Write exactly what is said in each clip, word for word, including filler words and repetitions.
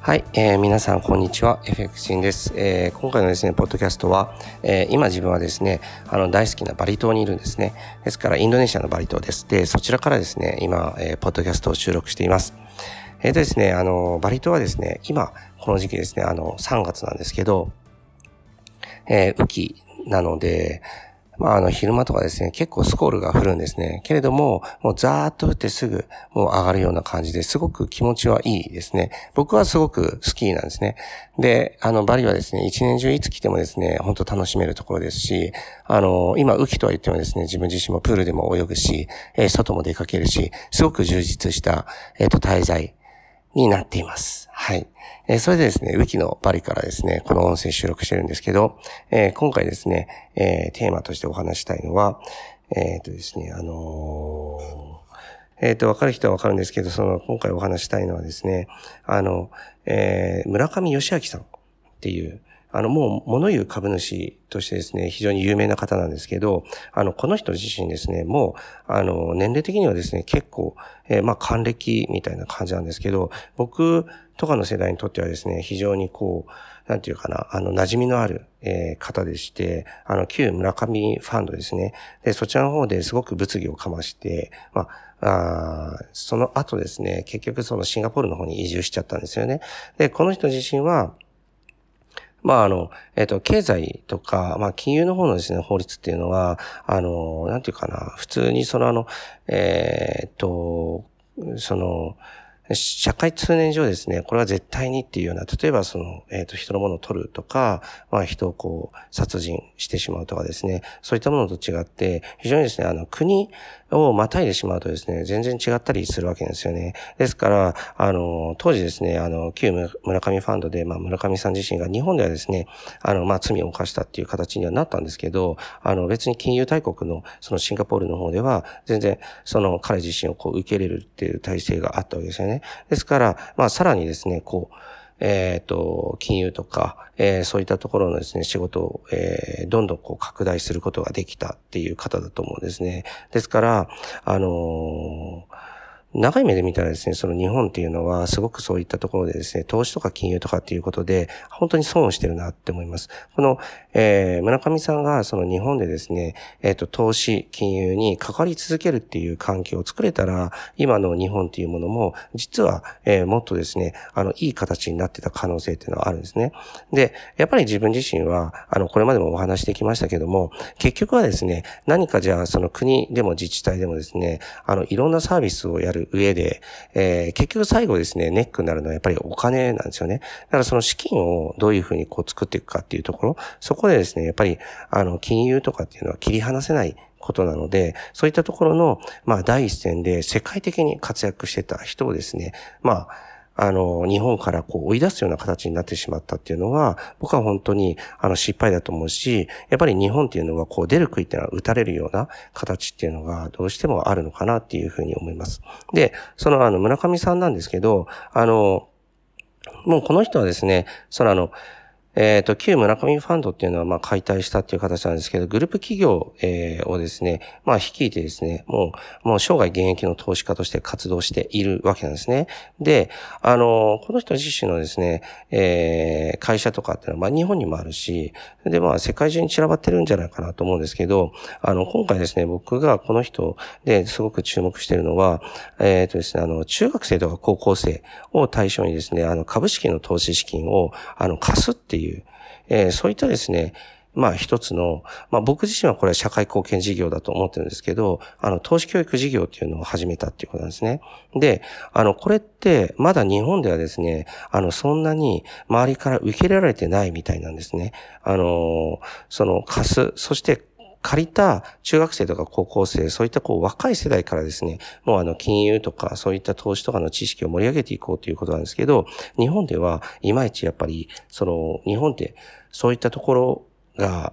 はい、えー、皆さんこんにちは、エフエックス ジンです、えー。今回のですねポッドキャストは、えー、今自分はですねあの大好きなバリ島にいるんですね。ですからインドネシアのバリ島です。でそちらからですね今、えー、ポッドキャストを収録しています。えーとですねあのバリ島はですね今この時期ですねあのさんがつなんですけど、えー、雨季なので。まあ、あの、昼間とかですね、結構スコールが降るんですね。けれども、もうザーッと降ってすぐ、もう上がるような感じですごく気持ちはいいですね。僕はすごく好きなんですね。で、あの、バリはですね、一年中いつ来てもですね、本当楽しめるところですし、あの、今、雨季とは言ってもですね、自分自身もプールでも泳ぐし、えー、外も出かけるし、すごく充実した、えっと、滞在になっています。はい。えー、それでですね、雨季のバリからですね、この音声収録してるんですけど、えー、今回ですね、えー、テーマとしてお話したいのは、えっとですね、あのー、えっと、わかる人はわかるんですけど、その、今回お話したいのはですね、あの、えー、村上義明さんっていう、あの、もう、物言う株主としてですね、非常に有名な方なんですけど、あの、この人自身ですね、もう、あの、年齢的にはですね、結構、えー、まあ、還暦みたいな感じなんですけど、僕とかの世代にとってはですね、非常にこう、なんていうかな、あの、馴染みのある、えー、方でして、あの、旧村上ファンドですね。で、そちらの方ですごく物議をかまして、まあ、あその後ですね、結局そのシンガポールの方に移住しちゃったんですよね。で、この人自身は、まあ、あの、えっと、経済とか、まあ、金融の方のですね、法律っていうのは、あの、なんていうかな、普通にそのあの、えーっと、その、社会通念上ですね、これは絶対にっていうような、例えばその、えっと、人のものを取るとか、まあ、人をこう、殺人してしまうとかですね、そういったものと違って、非常にですね、あの、国をまたいでしまうとですね、全然違ったりするわけですよね。ですから、あの、当時ですね、あの、旧村上ファンドで、まあ、村上さん自身が日本ではですね、あの、まあ、罪を犯したっていう形にはなったんですけど、あの、別に金融大国の、そのシンガポールの方では、全然、その彼自身をこう、受け入れるっていう体制があったわけですよね。ですから、まあ、さらにですね、こう、えっと、金融とか、えー、そういったところのですね、仕事を、えー、どんどんこう拡大することができたっていう方だと思うんですね。ですから、あのー長い目で見たらですね、その日本っていうのはすごくそういったところでですね、投資とか金融とかっていうことで、本当に損をしてるなって思います。この、えー、村上さんがその日本でですね、えっと、投資、金融に関わり続けるっていう環境を作れたら、今の日本っていうものも、実は、えー、もっとですね、あの、いい形になってた可能性っていうのはあるんですね。で、やっぱり自分自身は、あの、これまでもお話してきましたけども、結局はですね、何かじゃあ、その国でも自治体でもですね、あの、いろんなサービスをやる上で、えー、結局最後ですね、ネックになるのはやっぱりお金なんですよね。だからその資金をどういうふうにこう作っていくかっていうところ、そこでですね、やっぱり、あの、金融とかっていうのは切り離せないことなので、そういったところの、まあ、第一線で世界的に活躍してた人をですね、まあ、あの、日本からこう追い出すような形になってしまったっていうのは、僕は本当にあの失敗だと思うし、やっぱり日本っていうのはこう出る杭っていうのは打たれるような形っていうのがどうしてもあるのかなっていうふうに思います。で、そのあの村上さんなんですけど、あの、もうこの人はですね、そのあの、えっと、旧村上ファンドっていうのは、まあ、解体したっていう形なんですけど、グループ企業、えー、をですね、まあ、率いてですね、もう、もう生涯現役の投資家として活動しているわけなんですね。で、あの、この人自身のですね、えー、会社とかっていうのは、まあ、日本にもあるし、で、まあ、世界中に散らばってるんじゃないかなと思うんですけど、あの、今回ですね、僕がこの人ですごく注目しているのは、えっとですね、あの、中学生とか高校生を対象にですね、あの、株式の投資資金を、あの、貸すっていういう、えー、そういったですね、まあ一つの、まあ僕自身はこれは社会貢献事業だと思ってるんですけど、あの投資教育事業っていうのを始めたっていうことなんですね。で、あのこれってまだ日本ではですね、あのそんなに周りから受け入れられてないみたいなんですね。あの、その貸す、そして借りた中学生とか高校生、そういったこう若い世代からですね、もうあの金融とかそういった投資とかの知識を盛り上げていこうということなんですけど、日本ではいまいちやっぱり、その日本ってそういったところが、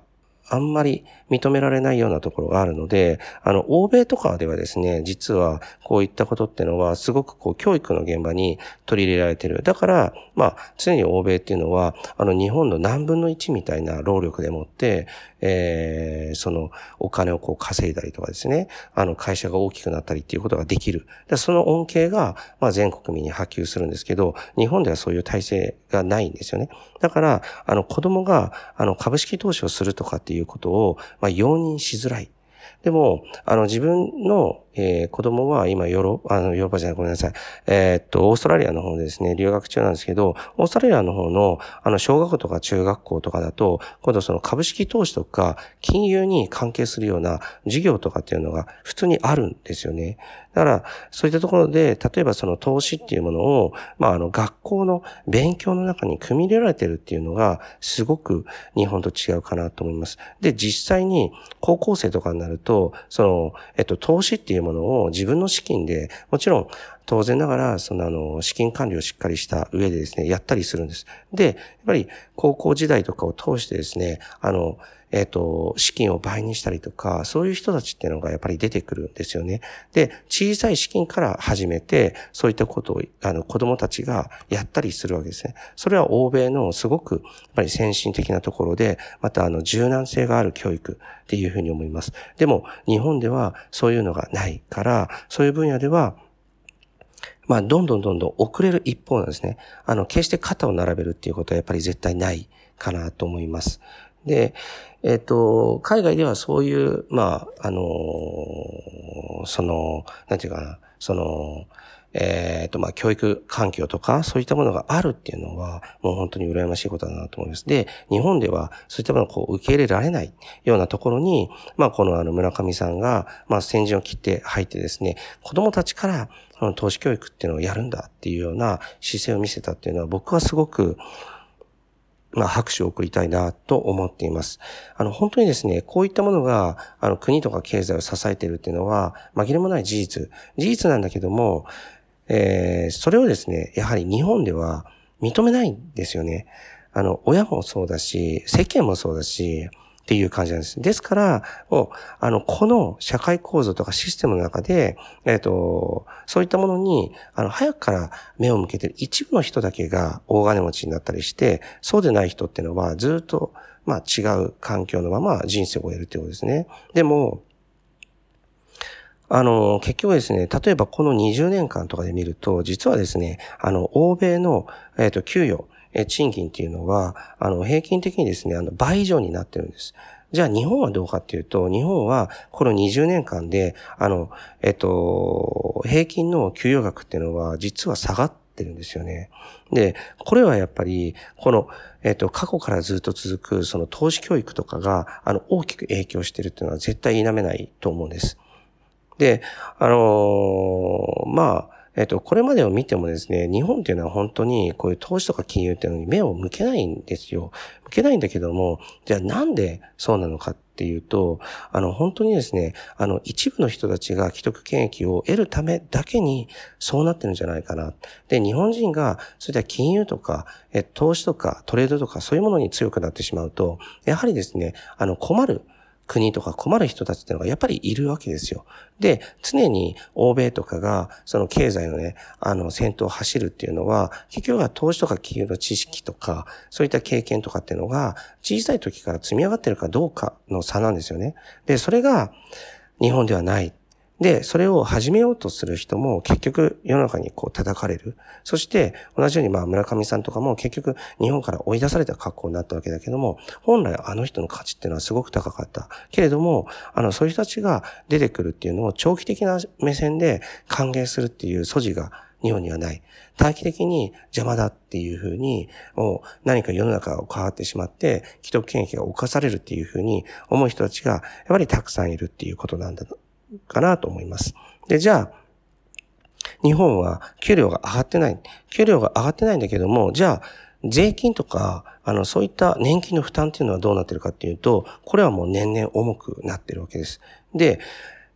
あんまり認められないようなところがあるので、あの、欧米とかではですね、実はこういったことっていうのはすごくこう教育の現場に取り入れられている。だから、まあ、常に欧米っていうのは、あの、日本の何分の一みたいな労力でもって、えー、そのお金をこう稼いだりとかですね、あの、会社が大きくなったりっていうことができる。でその恩恵が、まあ、全国民に波及するんですけど、日本ではそういう体制がないんですよね。だから、あの、子供が、あの、株式投資をするとかっていうことを、まあ、容認しづらい。でも、あの、自分の、えー、子供は今、ヨーロ、あの、ヨーロッパじゃない、ごめんなさい。えー、っと、オーストラリアの方でですね、留学中なんですけど、オーストラリアの方の、あの、小学校とか中学校とかだと、今度その株式投資とか、金融に関係するような授業とかっていうのが普通にあるんですよね。だから、そういったところで、例えばその投資っていうものを、まあ、あの、学校の勉強の中に組み入れられてるっていうのが、すごく日本と違うかなと思います。で、実際に高校生とかになると、その、えっと、投資っていうものを自分の資金で、もちろん、当然ながら、そのあの、資金管理をしっかりした上でですね、やったりするんです。で、やっぱり高校時代とかを通してですね、あの、えっと、資金を倍にしたりとか、そういう人たちっていうのがやっぱり出てくるんですよね。で、小さい資金から始めて、そういったことを、あの、子供たちがやったりするわけですね。それは欧米のすごく、やっぱり先進的なところで、またあの、柔軟性がある教育っていうふうに思います。でも、日本ではそういうのがないから、そういう分野では、まあ、どんどんどんどん遅れる一方なんですね。あの、決して肩を並べるっていうことはやっぱり絶対ないかなと思います。で、えっと、海外ではそういう、まあ、あの、その、なんていうかな、その、えっと、まあ、教育環境とか、そういったものがあるっていうのは、もう本当に羨ましいことだなと思います。で、日本ではそういったものをこう受け入れられないようなところに、まあ、このあの村上さんが、まあ、先陣を切って入ってですね、子供たちから、その投資教育っていうのをやるんだっていうような姿勢を見せたっていうのは、僕はすごく、まあ、拍手を送りたいなと思っています。あの、本当にですね、こういったものが、あの、国とか経済を支えているっていうのは、紛れもない事実。事実なんだけども、えー、それをですね、やはり日本では認めないんですよね。あの、親もそうだし、世間もそうだし、っていう感じなんです。ですから、もう、あの、この社会構造とかシステムの中で、えっと、そういったものに、あの、早くから目を向けている一部の人だけが大金持ちになったりして、そうでない人っていうのはずっと、まあ違う環境のまま人生を終えるっていうことですね。でも、あの、結局ですね、例えばこのにじゅうねんかんとかで見ると、実はですね、あの、欧米の、えっと、給与、え、賃金っていうのは、あの、平均的にですね、あの、倍以上になってるんです。じゃあ日本はどうかっていうと、日本はこのにじゅうねんかんで、あの、えっと、平均の給与額っていうのは実は下がってるんですよね。で、これはやっぱり、この、えっと、過去からずっと続く、その投資教育とかが、あの、大きく影響してるっていうのは絶対否めないと思うんです。で、あのー、まあ、えっと、これまでを見てもですね、日本っていうのは本当にこういう投資とか金融っていうのに目を向けないんですよ。向けないんだけども、じゃあなんでそうなのかっていうと、あの、本当にですね、あの、一部の人たちが既得権益を得るためだけにそうなってるんじゃないかな。で、日本人がそういった金融とか、え、投資とかトレードとかそういうものに強くなってしまうと、やはりですね、あの、困る。国とか困る人たちっていうのがやっぱりいるわけですよ。で、常に欧米とかがその経済のね、あの先頭を走るっていうのは、結局は投資とか金融の知識とか、そういった経験とかっていうのが小さい時から積み上がってるかどうかの差なんですよね。で、それが日本ではない。で、それを始めようとする人も結局世の中にこう叩かれる。そして同じようにまあ村上さんとかも結局日本から追い出された格好になったわけだけども、本来あの人の価値っていうのはすごく高かった。けれども、あのそういう人たちが出てくるっていうのを長期的な目線で歓迎するっていう素地が日本にはない。短期的に邪魔だっていうふうに、もう何か世の中が変わってしまって、既得権益が侵されるっていうふうに思う人たちがやっぱりたくさんいるっていうことなんだかなと思います。で、じゃあ、日本は給料が上がってない。給料が上がってないんだけども、じゃあ、税金とか、あの、そういった年金の負担っていうのはどうなってるかっていうと、これはもう年々重くなってるわけです。で、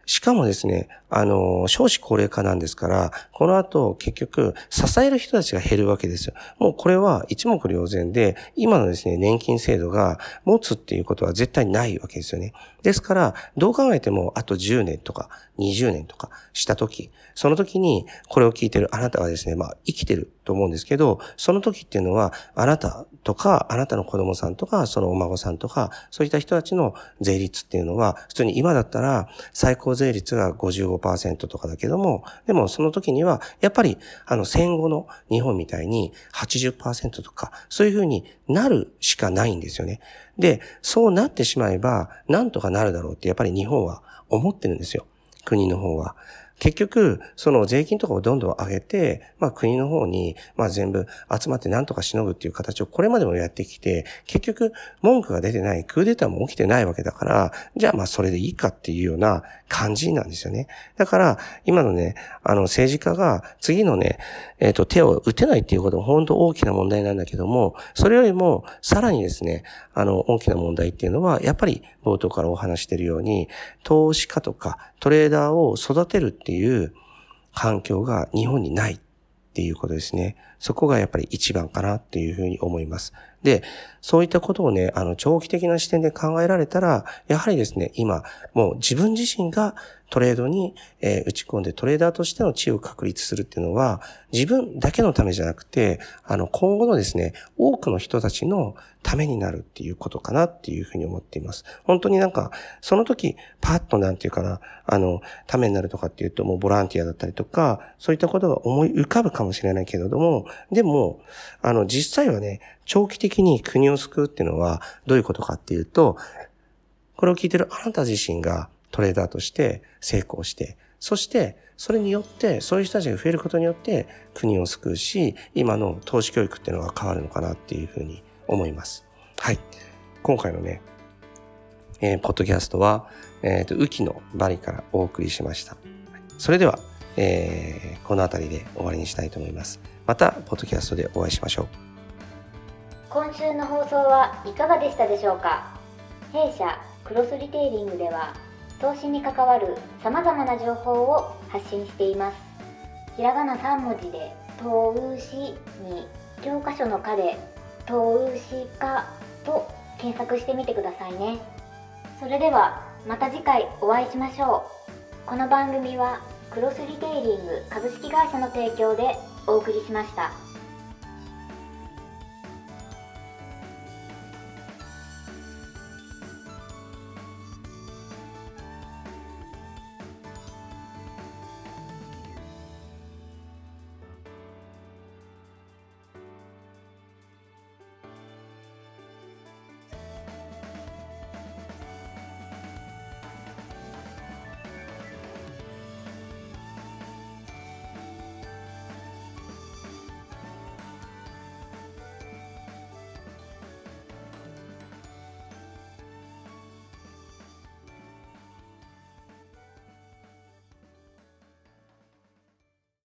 しかもですね、あの、少子高齢化なんですから、この後結局支える人たちが減るわけですよ。もうこれは一目瞭然で、今のですね、年金制度が持つっていうことは絶対ないわけですよね。ですから、どう考えてもあとじゅうねんとかにじゅうねんとかしたとき、その時にこれを聞いてるあなたはですね、まあ生きてると思うんですけど、その時っていうのはあなたとか、あなたの子供さんとか、そのお孫さんとか、そういった人たちの税率っていうのは、普通に今だったら最高税率が ごじゅうごパーセント とかだけども、でもその時には、やっぱり、あの戦後の日本みたいに はちじゅっパーセント とか、そういうふうになるしかないんですよね。で、そうなってしまえば、なんとかなるだろうって、やっぱり日本は思ってるんですよ。国の方は。結局、その税金とかをどんどん上げて、まあ国の方に、まあ全部集まってなんとかしのぐっていう形をこれまでもやってきて、結局文句が出てない、クーデターも起きてないわけだから、じゃあまあそれでいいかっていうような感じなんですよね。だから、今のね、あの政治家が次のね、えっと手を打てないっていうことも本当大きな問題なんだけども、それよりもさらにですね、あの大きな問題っていうのは、やっぱり冒頭からお話しているように、投資家とかトレーダーを育てるっていう環境が日本にないっていうことですね。そこがやっぱり一番かなっていうふうに思います。で、そういったことをね、あの、長期的な視点で考えられたら、やはりですね、今、もう自分自身がトレードに、えー打ち込んでトレーダーとしての地位を確立するっていうのは、自分だけのためじゃなくて、あの、今後のですね、多くの人たちのためになるっていうことかなっていうふうに思っています。本当になんか、その時、パッとなんていうかな、あの、ためになるとかっていうと、もうボランティアだったりとか、そういったことが思い浮かぶかもしれないけれども、でも、あの、実際はね、長期的に国を救うっていうのはどういうことかっていうと、これを聞いてるあなた自身がトレーダーとして成功して、そしてそれによって、そういう人たちが増えることによって国を救うし、今の投資教育っていうのが変わるのかなっていうふうに思います。はい。今回のね、えー、ポッドキャストは、えっと、雨季のバリからお送りしました。それでは、えー、このあたりで終わりにしたいと思います。また、ポッドキャストでお会いしましょう。 今週の放送はいかがでしたでしょうか。弊社クロスリテイリングでは投資に関わるさまざまな情報を発信しています。ひらがなさん文字で投資に教科書の科で投資家と検索してみてくださいね。それではまた次回お会いしましょう。この番組はクロスリテイリング株式会社の提供でお送りしました。